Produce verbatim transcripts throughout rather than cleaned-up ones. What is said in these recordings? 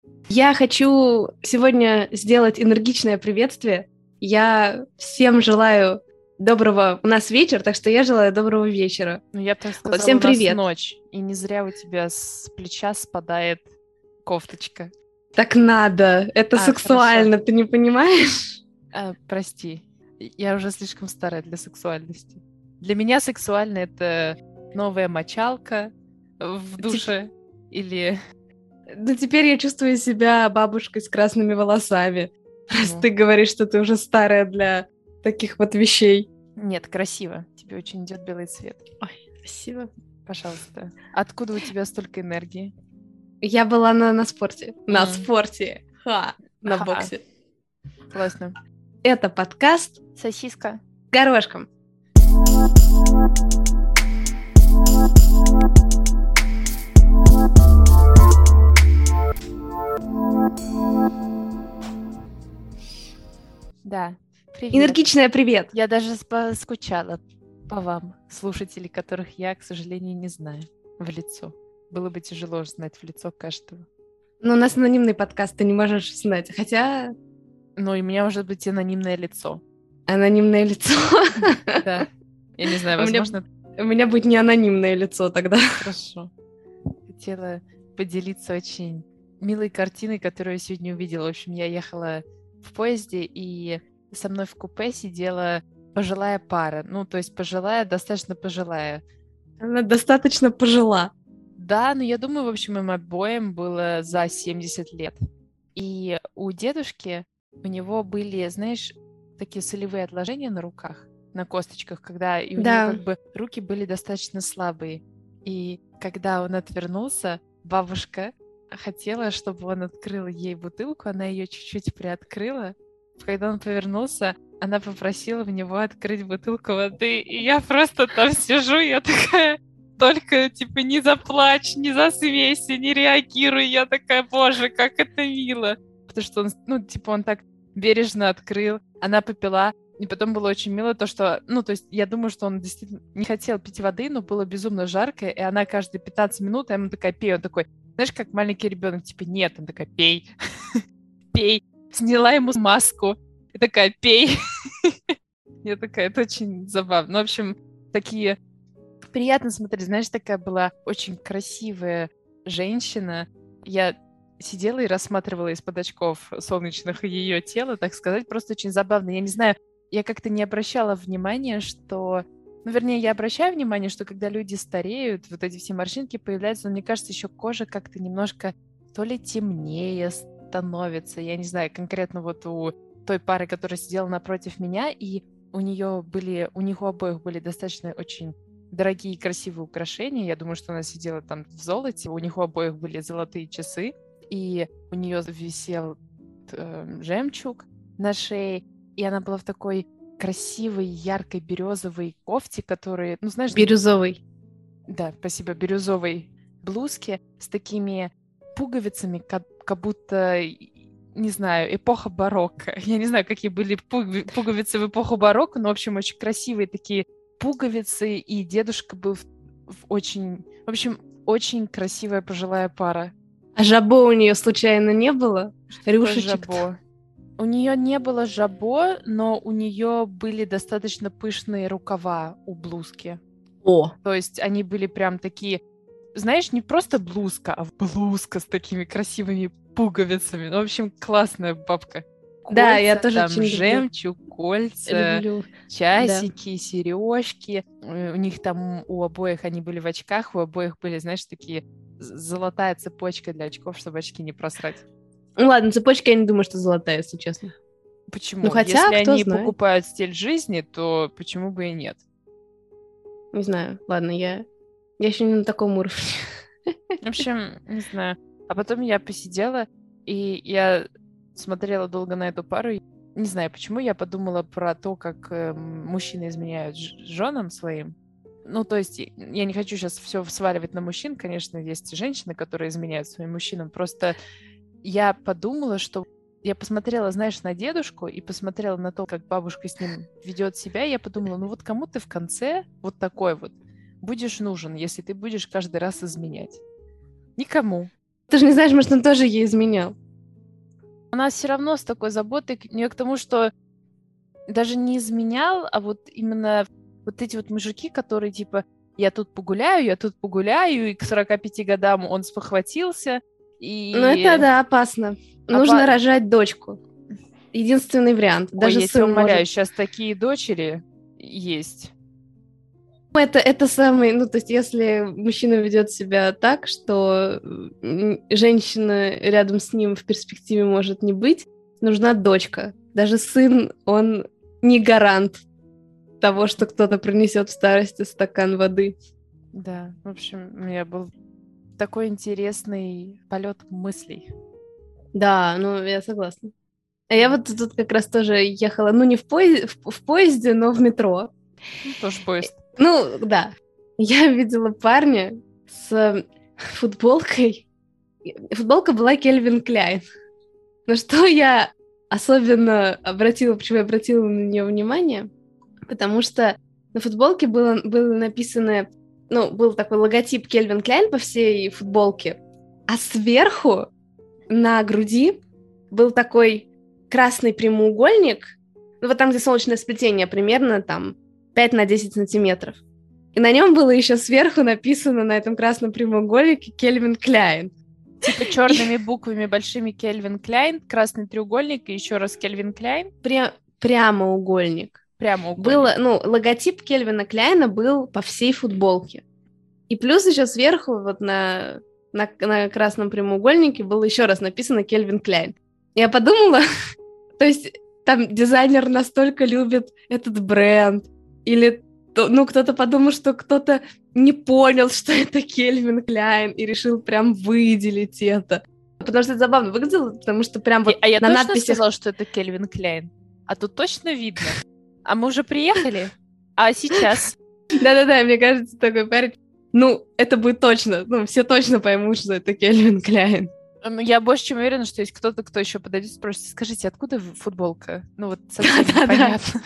Я хочу сегодня сделать энергичное приветствие. Я всем желаю доброго... У нас вечер, так что я желаю доброго вечера. Ну, я так Вот, сказала, всем у нас привет. ночь, и не зря у тебя с плеча спадает кофточка. Так надо, это А, сексуально, хорошо. ты не понимаешь? А, прости, я уже слишком старая для сексуальности. Для меня сексуально это новая мочалка в душе или... Ну, теперь я чувствую себя бабушкой с красными волосами. Раз Ну. ты говоришь, что ты уже старая для таких вот вещей. Нет, красиво. Тебе очень идет белый цвет. Ой, спасибо. Пожалуйста. Откуда у тебя столько энергии? Я была на, на спорте. На М. спорте. Ха, на Ха. боксе. Классно. Это подкаст Сосиска. «Горошком». Да. Привет. Энергичная привет. Я даже спа- скучала по вам, слушатели, которых я, к сожалению, не знаю в лицо. Было бы тяжело знать в лицо каждого. Но у нас анонимный подкаст, ты не можешь знать. Хотя Но и у меня может быть анонимное лицо. анонимное лицо. Да. Я не знаю, У меня- возможно... У меня будет не анонимное лицо тогда. Хорошо. Хотела поделиться очень милой картиной, которую я сегодня увидела. В общем, я ехала в поезде, и со мной в купе сидела пожилая пара. Ну, то есть пожилая, достаточно пожилая. Она достаточно пожила. Да, но я думаю, в общем, им обоим было за семьдесят лет. И у дедушки, у него были, знаешь, такие солевые отложения на руках, на косточках, когда и у Да. него как бы руки были достаточно слабые. И когда он отвернулся, бабушка хотела, чтобы он открыл ей бутылку, она ее чуть-чуть приоткрыла. Когда он повернулся, она попросила в него открыть бутылку воды, и я просто там сижу, я такая... Только, типа, не заплачь, не засмейся, не реагируй. Я такая, боже, как это мило. Потому что он, ну, типа, он так бережно открыл, она попила. И потом было очень мило то, что, ну, то есть я думаю, что он действительно не хотел пить воды, но было безумно жарко, и она каждые пятнадцать минут, а ему такая, пей. Он такой, знаешь, как маленький ребенок, типа, нет. Он такая, пей, пей. Сняла ему маску и такая, пей. Я такая, это очень забавно. Ну, в общем, такие... Приятно смотреть. Знаешь, такая была очень красивая женщина. Я сидела и рассматривала из-под очков солнечных ее тело, так сказать, просто очень забавно. Я не знаю, я как-то не обращала внимания, что... Ну, вернее, я обращаю внимание, что когда люди стареют, вот эти все морщинки появляются, но мне кажется, еще кожа как-то немножко то ли темнее становится. Я не знаю, конкретно вот у той пары, которая сидела напротив меня, и у нее были, у них у обоих были достаточно очень дорогие и красивые украшения. Я думаю, что она сидела там в золоте. У них у обоих были золотые часы, и у нее висел э, жемчуг на шее, и она была в такой красивой, яркой бирюзовой кофте, которая, ну, знаешь... Бирюзовый. Да, спасибо, бирюзовой блузке с такими пуговицами, как, как будто, не знаю, эпоха барокко. Я не знаю, какие были пуг- пуговицы в эпоху барокко, но, в общем, очень красивые такие пуговицы, и дедушка был в, в очень... В общем, очень красивая пожилая пара. А жабо у нее случайно не было? Рюшечек? Жабо. У нее не было жабо, но у нее были достаточно пышные рукава у блузки. О! То есть они были прям такие... Знаешь, не просто блузка, а блузка с такими красивыми пуговицами. Ну, в общем, классная бабка. Кольца, Да, я тоже там очень люблю. жемчуг, кольца, Люблю. часики, сережки. У них там у обоих они были в очках, у обоих были, знаешь, такие з- золотая цепочка для очков, чтобы очки не просрать. Ну ладно, цепочка я не думаю, что золотая, если честно. Почему? Ну, хотя, Если кто они знает. покупают стиль жизни, то почему бы и нет? Не знаю. Ладно, я... Я еще не на таком уровне. В общем, не знаю. А потом я посидела, и я смотрела долго на эту пару. и Не знаю, почему я подумала про то, как э, мужчины изменяют ж- женам своим. Ну, то есть, и- я не хочу сейчас все сваливать на мужчин. Конечно, есть женщины, которые изменяют своим мужчинам. Просто я подумала, что я посмотрела, знаешь, на дедушку и посмотрела на то, как бабушка с ним ведет себя, и я подумала, ну вот кому ты в конце вот такой вот будешь нужен, если ты будешь каждый раз изменять? Никому. Ты же не знаешь, может, он тоже ей изменял. Она все равно с такой заботой к нее к тому, что даже не изменял, а вот именно вот эти вот мужики, которые типа я тут погуляю, я тут погуляю, и к сорока пяти годам он спохватился. И... Ну, это, да, опасно. Опа... Нужно рожать дочку. Единственный вариант. Ой, даже я сын тебя умоляю, может... сейчас такие дочери есть. Это, это самый... Ну, то есть, если мужчина ведет себя так, что женщина рядом с ним в перспективе может не быть, нужна дочка. Даже сын, он не гарант того, что кто-то принесет в старости стакан воды. Да, в общем, у меня был такой интересный полет мыслей. Да, ну, я согласна. А я вот тут как раз тоже ехала, ну, не в, поезде, в, в поезде, но в метро. Ну, тоже поезд. Ну, да. Я видела парня с футболкой. Футболка была Кельвин Кляйн. Но что я особенно обратила, почему я обратила на нее внимание, потому что на футболке было, было написано, ну, был такой логотип Кельвин Кляйн по всей футболке, а сверху на груди был такой красный прямоугольник, ну, вот там, где солнечное сплетение, примерно там пять на десять сантиметров. И на нем было еще сверху написано на этом красном прямоугольнике Кельвин Кляйн. Типа черными буквами большими Кельвин Кляйн, красный треугольник и еще раз Кельвин Кляйн. Пря- прямоугольник. Прямоугольник. Было, ну, логотип Кельвина Кляйна был по всей футболке. И плюс еще сверху вот на, на, на красном прямоугольнике было еще раз написано Кельвин Кляйн. Я подумала, то есть там дизайнер настолько любит этот бренд, или ну, кто-то подумал, что кто-то не понял, что это Кельвин Кляйн, и решил прям выделить это. Потому что это забавно выглядело, потому что прям вот а я на точно надписях... сказала, что это Кельвин Кляйн? А тут точно видно. А мы уже приехали? А сейчас? Да-да-да, мне кажется, такой парень... Ну, это будет точно. Ну, все точно поймут, что это Кельвин Кляйн. Ну, я больше чем уверена, что есть кто-то, кто еще подойдет и спросит, скажите, откуда футболка? Ну, вот совсем непонятно.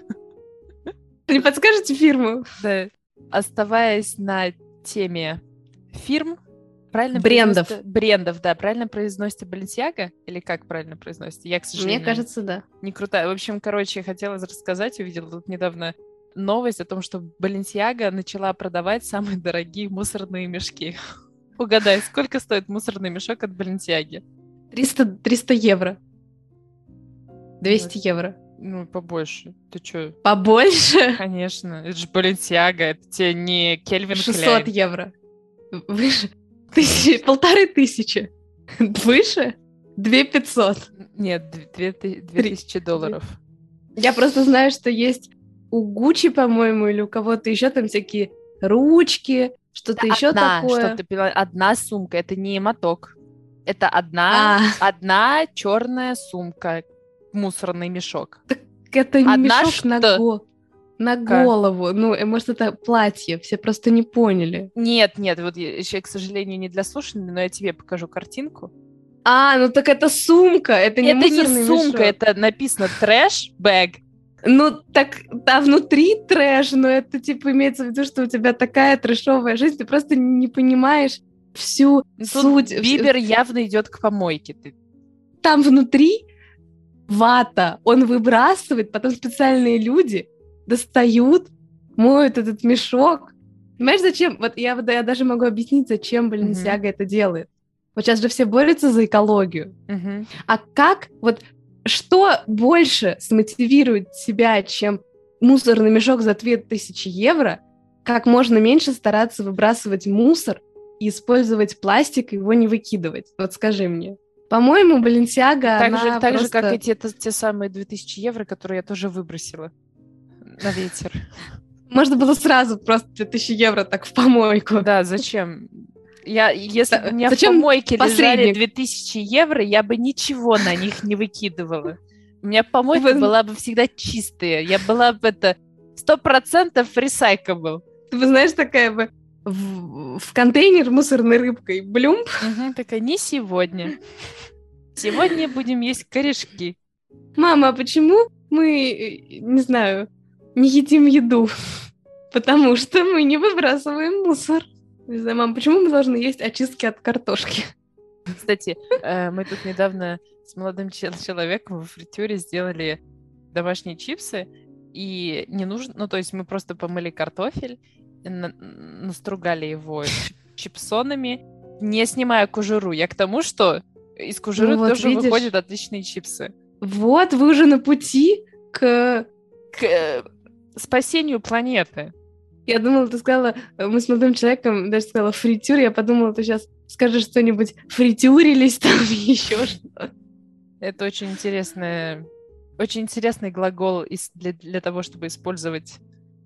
Не подскажете фирму? Да. Оставаясь на теме фирм, правильно брендов. Брендов, да. Правильно произносится Balenciaga? Или как правильно произносится? Я, к сожалению... Мне кажется, да. Не крутая. В общем, короче, я хотела рассказать, увидела тут недавно новость о том, что Balenciaga начала продавать самые дорогие мусорные мешки. Угадай, сколько стоит мусорный мешок от Balenciaga? триста, триста евро. двести евро. Ну, побольше. Ты чё? Побольше? Конечно. Это же Balenciaga, это тебе не Кельвин Кляйн. шестьсот евро. Выше? Тысячи, полторы тысячи. Выше? Две пятьсот. Нет, две тысячи долларов. Я просто знаю, что есть у Гуччи, по-моему, или у кого-то еще там всякие ручки, что-то еще одна, такое. Что ты поняла, одна сумка, это не моток. Это одна, а. одна черная сумка, мусорный мешок. Так это не одна мешок что? на, го... на голову. Ну, может, это платье, все просто не поняли. Нет, нет, вот еще, к сожалению, не для слушателей, но я тебе покажу картинку. А, ну так это сумка, это не это мусорный не сумка, мешок. Это написано трэш-бэг. Ну, так, да, внутри трэш, но это, типа, имеется в виду, что у тебя такая трэшовая жизнь, ты просто не понимаешь всю Тут суть. Бибер явно идет к помойке. Там внутри вата, он выбрасывает, потом специальные люди достают, моют этот мешок. Понимаешь, зачем? Вот я, я даже могу объяснить, зачем Balenciaga uh-huh. это делает. Вот сейчас же все борются за экологию. Uh-huh. А как, вот, что больше смотивирует себя, чем мусорный мешок за две тысячи евро, как можно меньше стараться выбрасывать мусор и использовать пластик, и его не выкидывать? Вот скажи мне. По-моему, Balenciaga, так она же, так просто... же, как и те, те самые две тысячи евро, которые я тоже выбросила на ветер. Можно было сразу просто две тысячи евро так в помойку. Да, зачем? Я, если да, бы у меня зачем в помойке посредник? лежали две тысячи евро, я бы ничего на них не выкидывала. У меня помойка Вы... была бы всегда чистая. Я была бы это сто процентов recyclable. Ты бы, знаешь, такая бы в, в контейнер мусорной рыбкой. Блюмп. Угу, такая, не сегодня. Сегодня будем есть корешки. Мама, а почему мы, не знаю, не едим еду? Потому что мы не выбрасываем мусор. Не знаю, мам, почему мы должны есть очистки от картошки? Кстати, э, мы тут недавно с молодым чел- человеком в фритюре сделали домашние чипсы, и не нужно... Ну, то есть мы просто помыли картофель, на- настругали его чип- чипсонами, не снимая кожуру. Я к тому, что из кожуры Ну вот тоже видишь, выходят отличные чипсы. вот вы уже на пути к... К э, спасению планеты. Я думала, ты сказала, э, мы с молодым человеком, даже сказала фритюр, я подумала, ты сейчас скажешь что-нибудь, фритюрились там, еще что-то. Это очень интересное, очень интересный глагол из- для, для того, чтобы использовать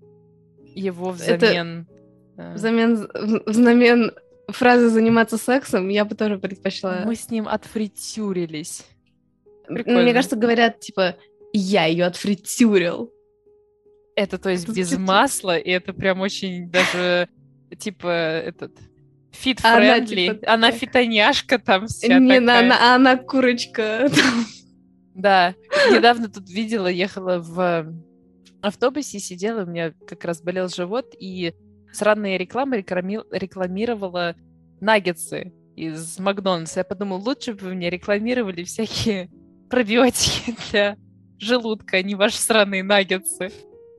его взамен. э, Взамен, взамен фразы «заниматься сексом» я бы тоже предпочла. Мы с ним отфритюрились. Мне Прикольно. кажется, говорят, типа, я ее отфритюрил. Это, то есть, Это без звучит- масла, и это прям очень даже, типа, этот, А она, fit-friendly. типа, Она такая- фитоняшка там вся Не, такая. она, она, она курочка. Да, недавно тут видела, ехала в автобусе, сидела, у меня как раз болел живот, и сраная реклама реклами- рекламировала наггетсы из Макдональдса. Я подумала, лучше бы вы мне рекламировали всякие пробиотики для желудка, а не ваши сраные наггетсы.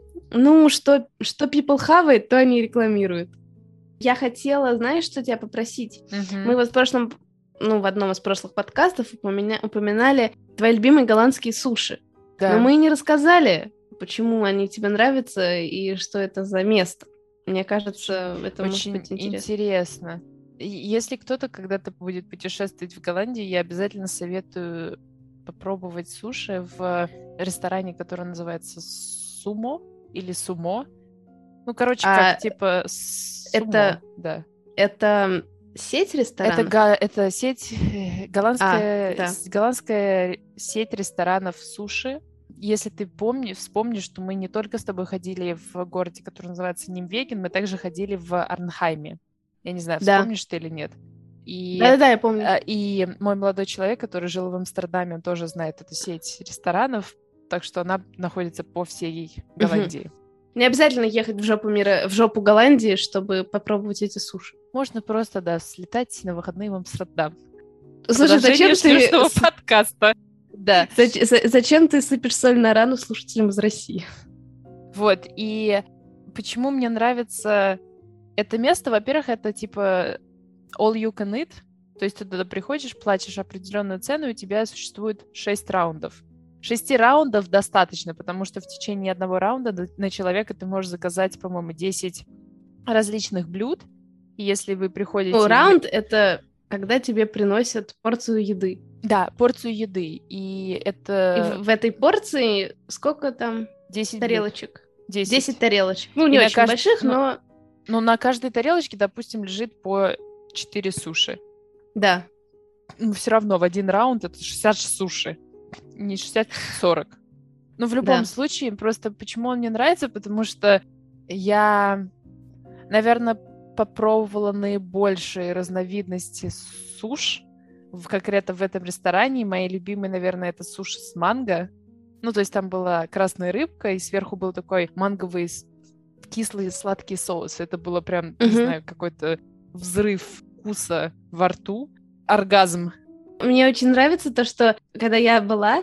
Ну, что, что people хавает, то они рекламируют. Я хотела, знаешь, что тебя попросить? Мгм. Мы вот в прошлом, ну, в одном из прошлых подкастов упомя- упоминали твои любимые голландские суши. Да. Но мы не рассказали, почему они тебе нравятся и что это за место. Мне кажется, это Очень может быть интересно. интересно. И Если кто-то когда-то будет путешествовать в Голландию, я обязательно советую попробовать суши в ресторане, который называется Сумо или Сумо. Ну, короче, А как типа Сумо, это- да. Это сеть ресторанов? Это, га- это сеть, э, голландская, А, да. с- голландская сеть ресторанов суши. Если ты помни, вспомнишь, что мы не только с тобой ходили в городе, который называется Нимвеген, мы также ходили в Арнхайме. Я не знаю, Да. вспомнишь ты или нет. И, Да-да-да, я помню. э, и мой молодой человек, который жил в Амстердаме, он тоже знает эту сеть ресторанов, так что она находится по всей Голландии. Не обязательно ехать в жопу мира, в жопу Голландии, чтобы попробовать эти суши. Можно просто, да, слетать на выходные в Амстердам. Слушай, зачем Продолжение ты, смешного с- подкаста. Да. зач- за- зачем ты сыпешь соль на рану слушателям из России? Вот, и почему мне нравится это место? Во-первых, это типа all you can eat, то есть ты туда приходишь, платишь определенную цену, и у тебя существует шесть раундов. Шести раундов достаточно, потому что в течение одного раунда на- на человека ты можешь заказать, по-моему, десять различных блюд. И если вы приходите... Ну, раунд — это когда тебе приносят порцию еды. Да, порцию еды. И И это в, в этой порции сколько там десять блюд. тарелочек? десять. десять тарелочек. Ну, не И на очень кажд- больших, ну, но Но на каждой тарелочке, допустим, лежит по четыре суши. да. Ну, все равно в один раунд это шестьдесят суши. Не шестьдесят, сорок. Но в любом Да. случае, просто почему он мне нравится, потому что я, наверное, попробовала наибольшие разновидности суш в, конкретно в этом ресторане. И мои любимые, наверное, это суши с манго. Ну, то есть там была красная рыбка, и сверху был такой манговый с- кислый сладкий соус. Это было прям, не Мгм. знаю, какой-то взрыв вкуса во рту. Оргазм. Мне очень нравится то, что когда я была,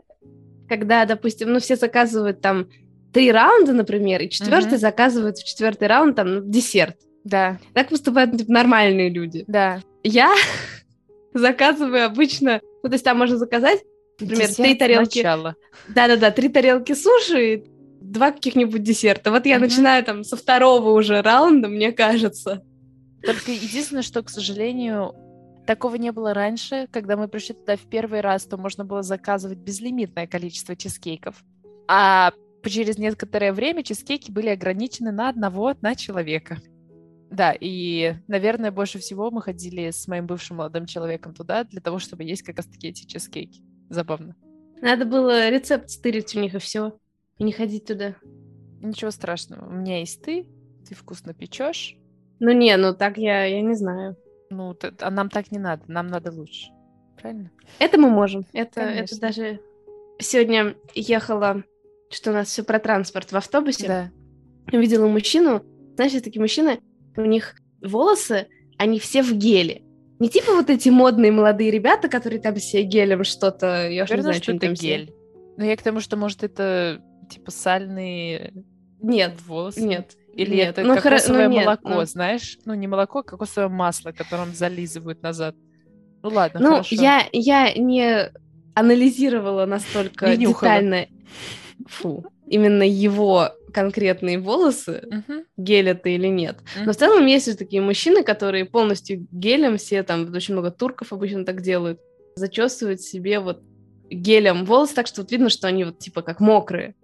когда, допустим, ну, все заказывают там три раунда, например, и четвертый Мгм. заказывают в четвертый раунд там ну, десерт. Да, Так поступают типа, нормальные люди. да. Я заказываю обычно, ну, то есть там можно заказать, например, Десерт три тарелки. сначала. Да-да-да, три тарелки суши и два каких-нибудь десерта. Вот я Мгм. начинаю там со второго уже раунда, мне кажется. Только единственное, что, к сожалению, такого не было раньше. Когда мы пришли туда в первый раз, то можно было заказывать безлимитное количество чизкейков. А через некоторое время чизкейки были ограничены на одного, на человека. Да, и, наверное, больше всего мы ходили с моим бывшим молодым человеком туда для того, чтобы есть как раз-таки эти чизкейки. Забавно. Надо было рецепт стырить у них и все. И не ходить туда. Ничего страшного. У меня есть ты, ты вкусно печешь. Ну не, ну так я, я не знаю. Ну, т- а нам так не надо, нам надо лучше. Правильно? Это мы можем. Это, это Конечно. даже... Сегодня ехала, что у нас все про транспорт в автобусе. Да. Увидела мужчину. Знаешь, такие мужчины, у них волосы, они все в геле. Не типа вот эти модные молодые ребята, которые там все гелем что-то... Я уж не Верно, знаю, что что они это там все. гель. Но я к тому, что, может, это типа сальные Нет, волосы. нет. Или нет. это Ну, хоро- кокосовое ну, нет, молоко, ну. знаешь? Ну, не молоко, а кокосовое масло, которым зализывают назад. Ну, ладно, Ну, хорошо. я, я не анализировала настолько Не нюхала. детально фу, именно его конкретные волосы, Мгм. гель это или нет. Мгм. Но в целом есть же такие мужчины, которые полностью гелем, все там, очень много турков обычно так делают, зачесывают себе вот гелем волосы, так что вот видно, что они вот типа как мокрые.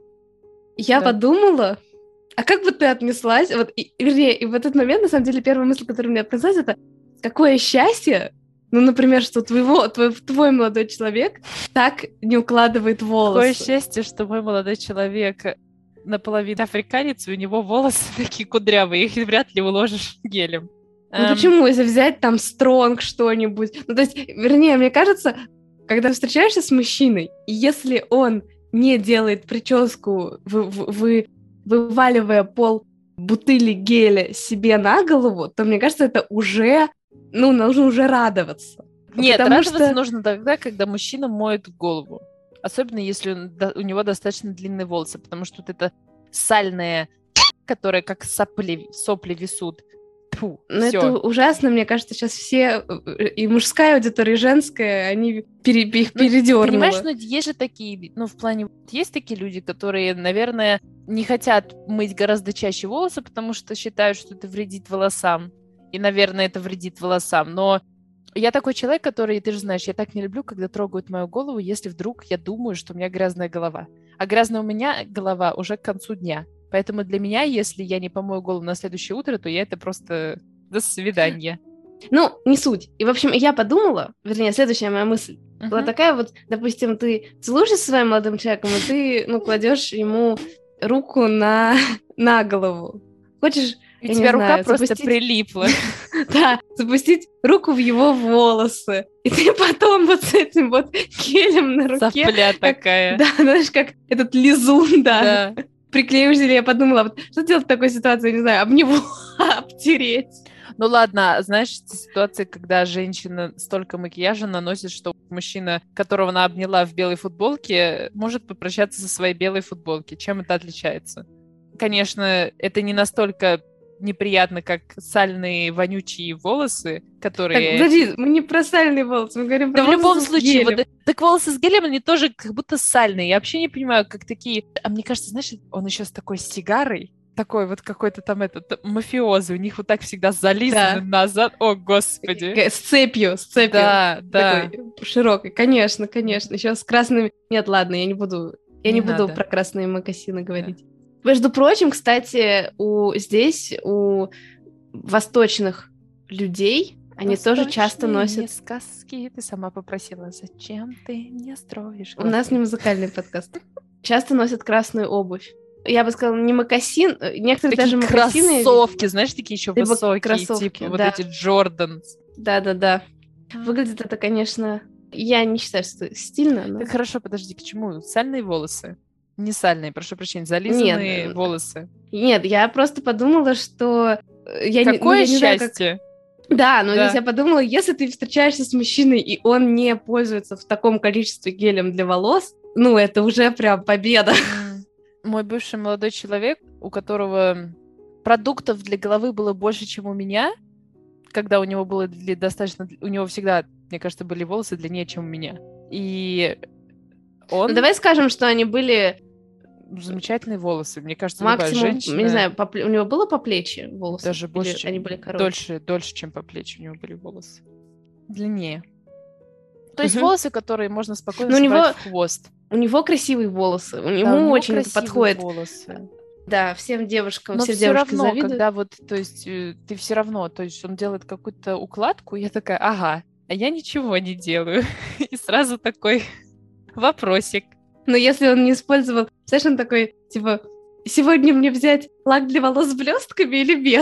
Я Да. подумала, а как бы ты отнеслась, вот, и, вернее, и в этот момент, на самом деле, первая мысль, которая мне отнеслась, это какое счастье, ну, например, что твоего, твой, твой молодой человек так не укладывает волосы. Какое счастье, что мой молодой человек наполовину африканец, и у него волосы такие кудрявые, их вряд ли уложишь гелем. Ну Эм, почему, если взять там стронг что-нибудь? Ну, то есть, вернее, мне кажется, когда встречаешься с мужчиной, и если он не делает прическу, вы, вы, вываливая пол бутыли геля себе на голову, то, мне кажется, это уже, ну, нужно уже радоваться. Нет, Потому радоваться что... нужно тогда, когда мужчина моет голову. Особенно, если он, да, у него достаточно длинные волосы, потому что вот это сальное, которое как сопли, сопли висут. Тьфу, Ну, всё. это ужасно, мне кажется, сейчас все, и мужская аудитория, и женская, они пере, их Ну, передернуло. понимаешь, ну, есть же такие, ну, в плане, есть такие люди, которые, наверное, не хотят мыть гораздо чаще волосы, потому что считают, что это вредит волосам. И, наверное, это вредит волосам. Но я такой человек, который, ты же знаешь, я так не люблю, когда трогают мою голову, если вдруг я думаю, что у меня грязная голова. А грязная у меня голова уже к концу дня. Поэтому для меня, если я не помою голову на следующее утро, то я это просто до свидания. Ну, не суть. И, в общем, я подумала, вернее, следующая моя мысль uh-huh. была такая вот, допустим, ты целуешься со своим молодым человеком, и ты, ну, кладешь ему руку на, на голову. Хочешь, и я у тебя не рука знаю, просто запустить... прилипла. Да, запустить руку в его волосы. И ты потом вот с этим вот гелем на руке... Сопля такая. Да, знаешь, как этот лизун, да. Да. Приклеиваешься, я подумала, вот, что делать в такой ситуации, не знаю, об него обтереть. Ну ладно, знаешь, ситуации, когда женщина столько макияжа наносит, что мужчина, которого она обняла в белой футболке, может попрощаться со своей белой футболкой. Чем это отличается? Конечно, это не настолько неприятно, как сальные вонючие волосы, которые... Так, подожди, мы не про сальные волосы, мы говорим про да волосы в любом с случае, гелем. вот, так волосы с гелем, они тоже как будто сальные. Я вообще не понимаю, как такие... А мне кажется, знаешь, он еще с такой сигарой, такой вот какой-то там этот мафиозы, у них вот так всегда зализаны Да. назад. О, господи. С цепью, с цепью. Да, да. Такой широкой. Конечно, конечно. Еще с красными... Нет, ладно, я не буду... Я не, не буду про красные мокасины говорить. Да. Между прочим, кстати, у здесь, у восточных людей, они Восточные тоже часто носят... сказки. Ты сама попросила, зачем ты не строишь? У нас не музыкальный подкаст. Часто носят красную обувь. Я бы сказала, не мокасин, некоторые такие даже мокасины... кроссовки, знаешь, такие еще типа высокие, кроссовки, типа да. вот эти Джорданс. Да-да-да. Выглядит это, конечно... Я не считаю, что это стильно, но... Так хорошо, подожди, к чему? Сальные волосы? Не сальные, прошу прощения, зализанные Нет. волосы. Нет, я просто подумала, что... Я Какое не, ну, я счастье! Не знаю, как... Да, но да. я подумала, если ты встречаешься с мужчиной, и он не пользуется в таком количестве гелем для волос, ну, это уже прям победа. Мой бывший молодой человек, у которого продуктов для головы было больше, чем у меня, когда у него было достаточно... У него всегда, мне кажется, были волосы длиннее, чем у меня. И он... Ну, давай скажем, что они были... Замечательные волосы. Мне кажется, максимум, любая женщина... не знаю, по... у него было по плечи волосы? Даже больше, Или чем... они были короче? Дольше, дольше, чем по плечи у него были волосы. Длиннее. То есть угу. волосы, которые можно спокойно собрать него... в хвост. У него красивые волосы, у да, него, у него очень это подходит. Волосы. Да, всем девушкам, но все все девушки равно, завидуют. когда вот, то есть ты все равно, то есть он делает какую-то укладку, я такая, ага, а я ничего не делаю. И сразу такой вопросик. Но если он не использовал, знаешь, он такой, типа, сегодня мне взять лак для волос с блестками или без?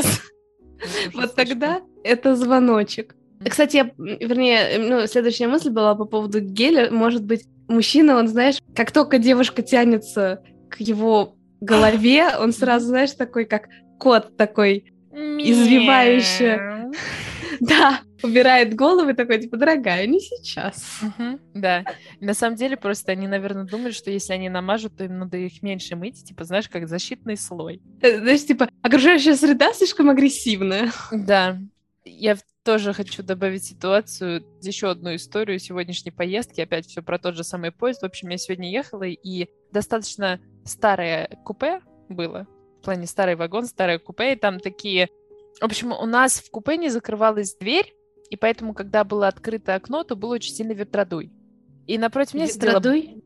Вот тогда это звоночек. Кстати, я, вернее, ну, следующая мысль была по поводу геля. Может быть, мужчина, он, знаешь, как только девушка тянется к его голове, он сразу, знаешь, такой, как кот такой, извивающий. Да, убирает голову и такой, типа, дорогая, не сейчас. Мгм, да. На самом деле, просто они, наверное, думают, что если они намажут, то им надо их меньше мыть, типа, знаешь, как защитный слой. Э, Знаешь, типа, окружающая среда слишком агрессивная. Да. Я в- тоже хочу добавить ситуацию, еще одну историю сегодняшней поездки. Опять все про тот же самый поезд. В общем, я сегодня ехала, и достаточно старое купе было. В плане старый вагон, старое купе, и там такие... В общем, у нас в купе не закрывалась дверь, и поэтому, когда было открыто окно, то был очень сильный ветродуй. И напротив меня сидела... Ветродуй?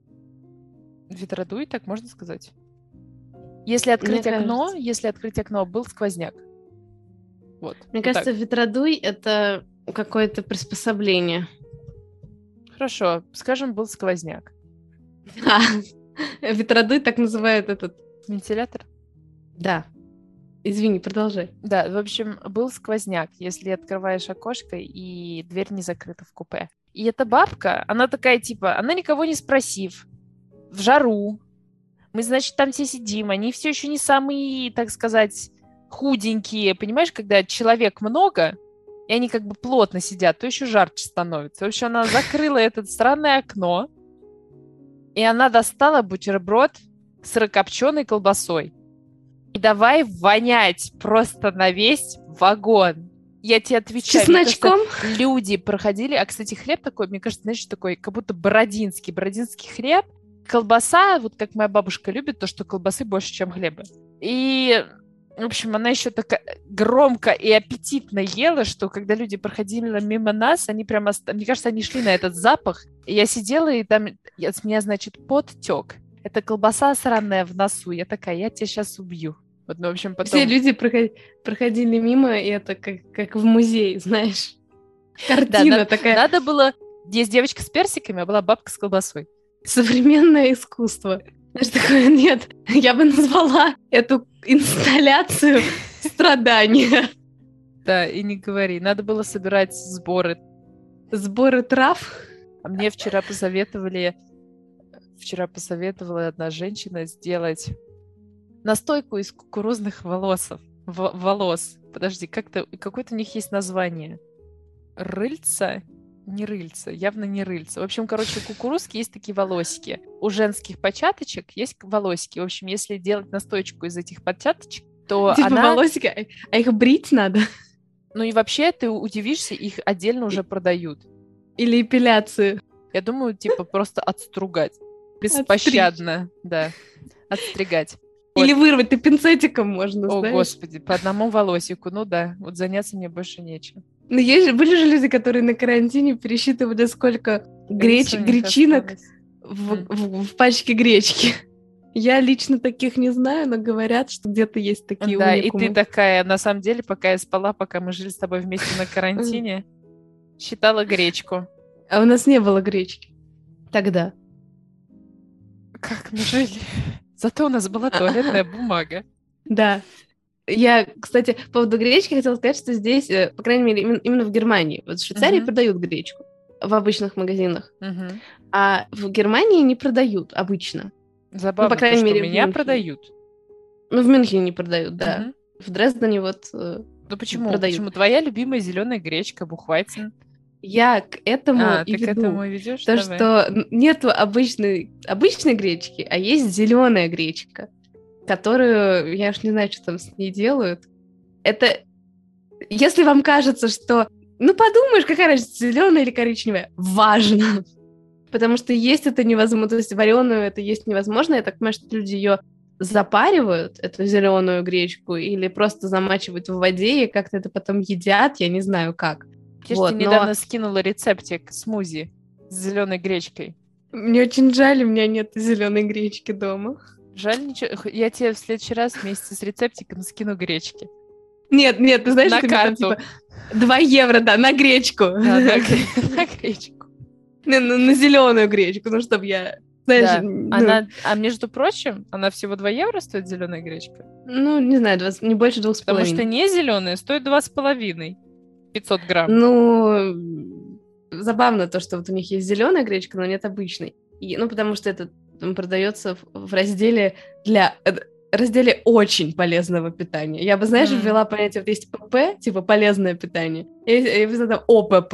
Ветродуй, так можно сказать? Если открыть Мне окно, кажется. если открыть окно, был сквозняк. Вот. Мне вот кажется, так. ветродуй — это какое-то приспособление. Хорошо, скажем, был сквозняк. А, ветродуй так называют этот... Вентилятор? Да. Извини, продолжай. Да, в общем, был сквозняк, если открываешь окошко и дверь не закрыта в купе. И эта бабка, она такая, типа, она никого не спросив, в жару. Мы, значит, там все сидим, они все еще не самые, так сказать, худенькие. Понимаешь, когда человек много, и они как бы плотно сидят, то еще жарче становится. В общем, она закрыла это странное окно, и она достала бутерброд с сырокопченой колбасой. И давай вонять просто на весь вагон. Я тебе С отвечаю. Мне кажется, чесночком? люди проходили... А, кстати, хлеб такой, мне кажется, знаешь, такой, как будто бородинский. Бородинский хлеб. Колбаса, вот как моя бабушка любит, то, что колбасы больше, чем хлеба. И, в общем, она еще так громко и аппетитно ела, что когда люди проходили мимо нас, они прямо... Мне кажется, они шли на этот запах. И я сидела, и там с меня, значит, пот тек. Это колбаса сраная в носу. Я такая, я тебя сейчас убью. Вот, ну, в общем, потом... Все люди проходи- проходили мимо, и это как, как в музее, знаешь. Картина Да, такая. Надо было... Есть девочка с персиками, а была бабка с колбасой. Современное искусство. Знаешь, такое, нет, я бы назвала эту инсталляцию страдания. Да, и не говори. Надо было собирать сборы. Сборы трав. А мне вчера посоветовали... Вчера посоветовала одна женщина сделать настойку из кукурузных волосов. В- волос. Подожди, как-то какое-то у них есть название. Рыльца? Не рыльца, явно не рыльца. В общем, короче, у кукурузки есть такие волосики. У женских початочек есть волосики. В общем, если делать настойку из этих початочек, то Типа она... волосики, а- а их брить надо? Ну и вообще, ты удивишься, их отдельно уже продают. Или эпиляцию? Я думаю, типа, просто отстругать. Беспощадно, да. Отстригать. Или Вот. вырвать, ты пинцетиком можно, О, знаешь. господи, по одному волосику. Ну да, вот заняться мне больше нечем. Ну, есть же, были же люди, которые на карантине пересчитывали, сколько греч, Риса у них гречинок осталось. в, М. в- в пачке гречки. Я лично таких не знаю, но говорят, что где-то есть такие Да, и уникумы. ты такая, на самом деле, пока я спала, пока мы жили с тобой вместе на карантине, считала гречку. А у нас не было гречки тогда. Как мы жили? Зато у нас была туалетная бумага. Да. Я, кстати, по поводу гречки хотела сказать, что здесь, э, по крайней мере, именно, именно в Германии, вот в Швейцарии Мгм. продают гречку в обычных магазинах, Мгм. а в Германии не продают обычно. Забавно, крайней то, что мере, в меня Мюнхене. продают. Ну, в Мюнхене не продают, да. Мгм. В Дрездене вот э, Ну почему? продают. Почему? Твоя любимая зеленая гречка, бухвайцен. Я к этому А, и ты к веду. этому и ведешь? То, Давай. что н- нету обычной, обычной гречки, а есть зеленая гречка, которую, я уж не знаю, что там с ней делают. Это, если вам кажется, что, ну подумаешь, какая разница, зеленая или коричневая, важно. Потому что есть это невозможно, то есть вареную это есть невозможно. Я так понимаю, что люди ее запаривают, эту зеленую гречку, или просто замачивают в воде и как-то это потом едят, я не знаю как. Я же Вот, тебе но недавно скинула рецептик смузи с зеленой гречкой. мне очень жаль, у меня нет зеленой гречки дома. Жаль, ничего. Х- Я тебе в следующий раз вместе с рецептиком скину гречки. Нет, нет, ты знаешь, На что мне там, карту. типа, два евро, да, на гречку. Да, на, гре- на гречку. На, на- на зеленую гречку, ну, чтобы я, знаешь, Да. ну, Она, а между прочим, она всего два евро стоит, зеленая гречка. ну, не знаю, двадцать не больше двух с Потому что половиной. не зеленая стоит два с половиной. пятьсот грамм. Ну, забавно то, что вот у них есть зеленая гречка, но нет обычной. И, ну, потому что это там продается в, в разделе для... э, разделе очень полезного питания. Я бы, знаешь, Mm. ввела понятие, вот есть ПП, типа полезное питание, и я бы сказала ОПП,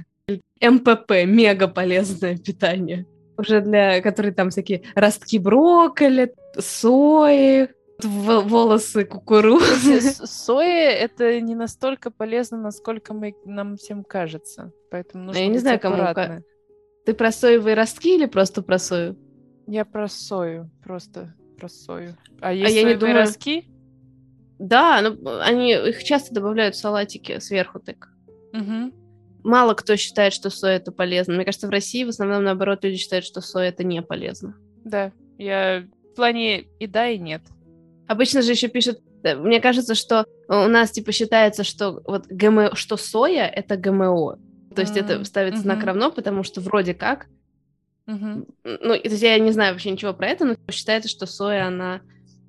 МПП, мега полезное питание. Уже для, которые там всякие ростки брокколи, сои, в- волосы кукурузы. Кстати, с- соя — это не настолько полезно, насколько мы, нам всем кажется. Поэтому нужно Я не быть знаю, кому ка- аккуратны. Ты про соевые ростки или просто про сою? Я про сою, просто про сою. А А есть я не соевые думаю... ростки? Да, но они их часто добавляют в салатики сверху так. Мгм. Мало кто считает, что соя это полезно. Мне кажется, в России в основном, наоборот, люди считают, что соя это не полезно. Да, я в плане и да, и нет. Обычно же еще пишут, э, мне кажется, что у нас типа считается, что вот ГМО, что соя это ГМО. То есть это М, ставится знак мгм. равно, потому что вроде как, Мгм. ну, то есть я не знаю вообще ничего про это, но считается, что соя, она,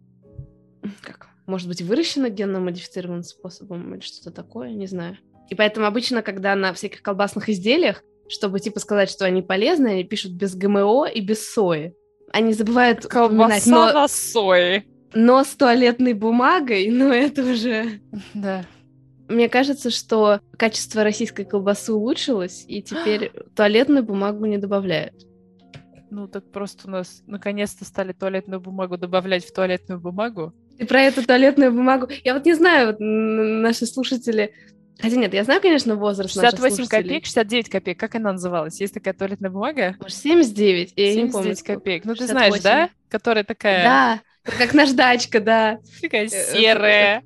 как, может быть, выращена генно-модифицированным способом или что-то такое, не знаю. И поэтому обычно, когда на всяких колбасных изделиях, чтобы типа сказать, что они полезны, они пишут без ГМО и без сои. Они забывают упоминать, Колбаса но, на сое. но с туалетной бумагой, но это уже... Да. Мне кажется, что качество российской колбасы улучшилось, и теперь туалетную бумагу не добавляют. Ну так просто у нас наконец-то стали туалетную бумагу добавлять в туалетную бумагу. И про эту туалетную бумагу... Я вот не знаю, вот н- наши слушатели... Хотя нет, я знаю, конечно, возраст наших шестьдесят восемь слушателей. копеек, шестьдесят девять копеек. Как она называлась? Есть такая туалетная бумага? Может, семьдесят девять? Я не помню. семьдесят девять копеек. Ну, ты шестьдесят знаешь, восемь. да? Которая такая... Да, как наждачка, да. Такая Э, серая.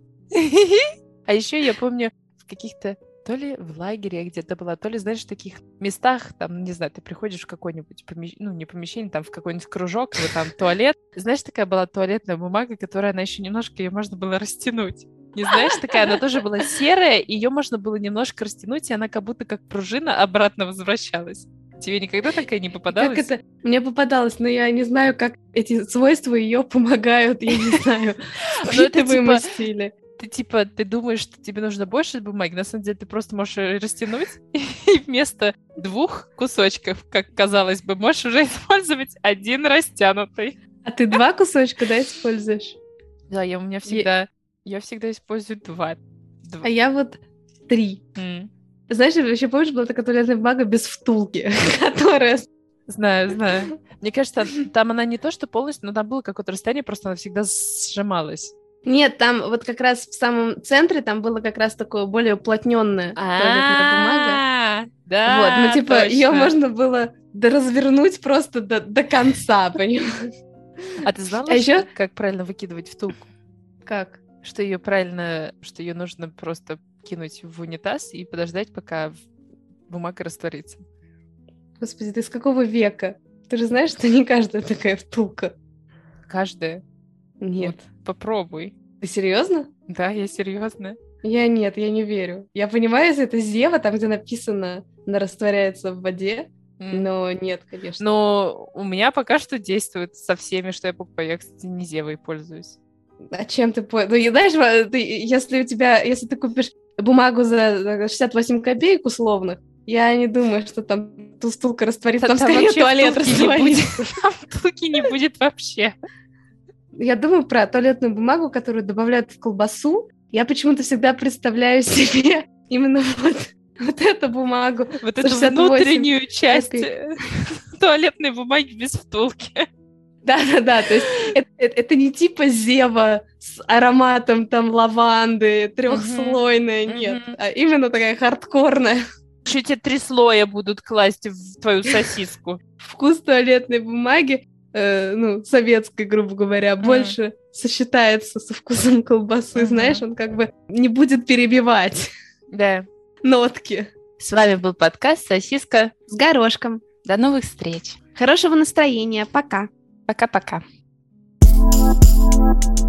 А еще я помню в каких-то то ли в лагере я где-то была, то ли, знаешь, в таких местах, там, не знаю, ты приходишь в какое-нибудь помещение, ну, не помещение, там, в какой-нибудь кружок, или там туалет. Знаешь, такая была туалетная бумага, которая, она еще немножко, ее можно было растянуть. Не знаешь, такая, она тоже была серая, ее можно было немножко растянуть, и она как будто как пружина обратно возвращалась. Тебе никогда такая не попадалась? Как это? Мне попадалось, но я не знаю, как эти свойства ее помогают, я не знаю, Ну, это впитываемой типа- стиле. Ты типа, ты думаешь, что тебе нужно больше бумаги, на самом деле ты просто можешь её растянуть, и вместо двух кусочков, как казалось бы, можешь уже использовать один растянутый. А ты два кусочка, да, используешь? Да, я у меня всегда, я всегда использую два. Два. А я вот три. М. Знаешь, еще помнишь, была такая туалетная бумага без втулки, которая... Знаю, знаю. Мне кажется, там она не то, что полностью, но там было какое-то расстояние, просто она всегда сжималась. Нет, там вот как раз в самом центре там было как раз такое более уплотненная туалетная бумага. А, да, Вот, ну типа ее точно. можно было развернуть просто до, до конца, понимаешь? А ты знала, А что- ещё- как правильно выкидывать втулку? Как? Что ее правильно, что ее нужно просто кинуть в унитаз и подождать, пока в- бумага растворится. Господи, ты с какого века? Ты же знаешь, что не каждая такая втулка. Каждая. Нет. Вот попробуй. Ты серьезно? Да, я серьезно. Я нет, я не верю. Я понимаю, если это Зева, там, где написано, она растворяется в воде, но нет, конечно. Но у меня пока что действует со всеми, что я покупаю. Я, кстати, не Зевой пользуюсь. А чем ты... по- Ну, и знаешь, ва- ты, если у тебя... Если ты купишь бумагу за за шестьдесят восемь копеек условных, я не думаю, что там ту втулка растворится. Там, скорее вообще туалет втулки не растворится. будет. Там втулки не будет вообще. Я думаю про туалетную бумагу, которую добавляют в колбасу. Я почему-то всегда представляю себе именно вот, вот эту бумагу. Вот За эту шестьдесят восемь внутреннюю часть копеек. туалетной бумаги без втулки. Да-да-да, то есть это, это- это не типа Зева с ароматом там лаванды, трехслойная, Мгм, нет, мгм. а именно такая хардкорная. Еще тебе три слоя будут класть в твою сосиску. Вкус туалетной бумаги, э, ну, советской, грубо говоря, Мгм. больше сочетается со вкусом колбасы, Мгм. знаешь, он как бы не будет перебивать Да. нотки. С вами был подкаст «Сосиска». С горошком. До новых встреч. Хорошего настроения, пока. Пока-пока.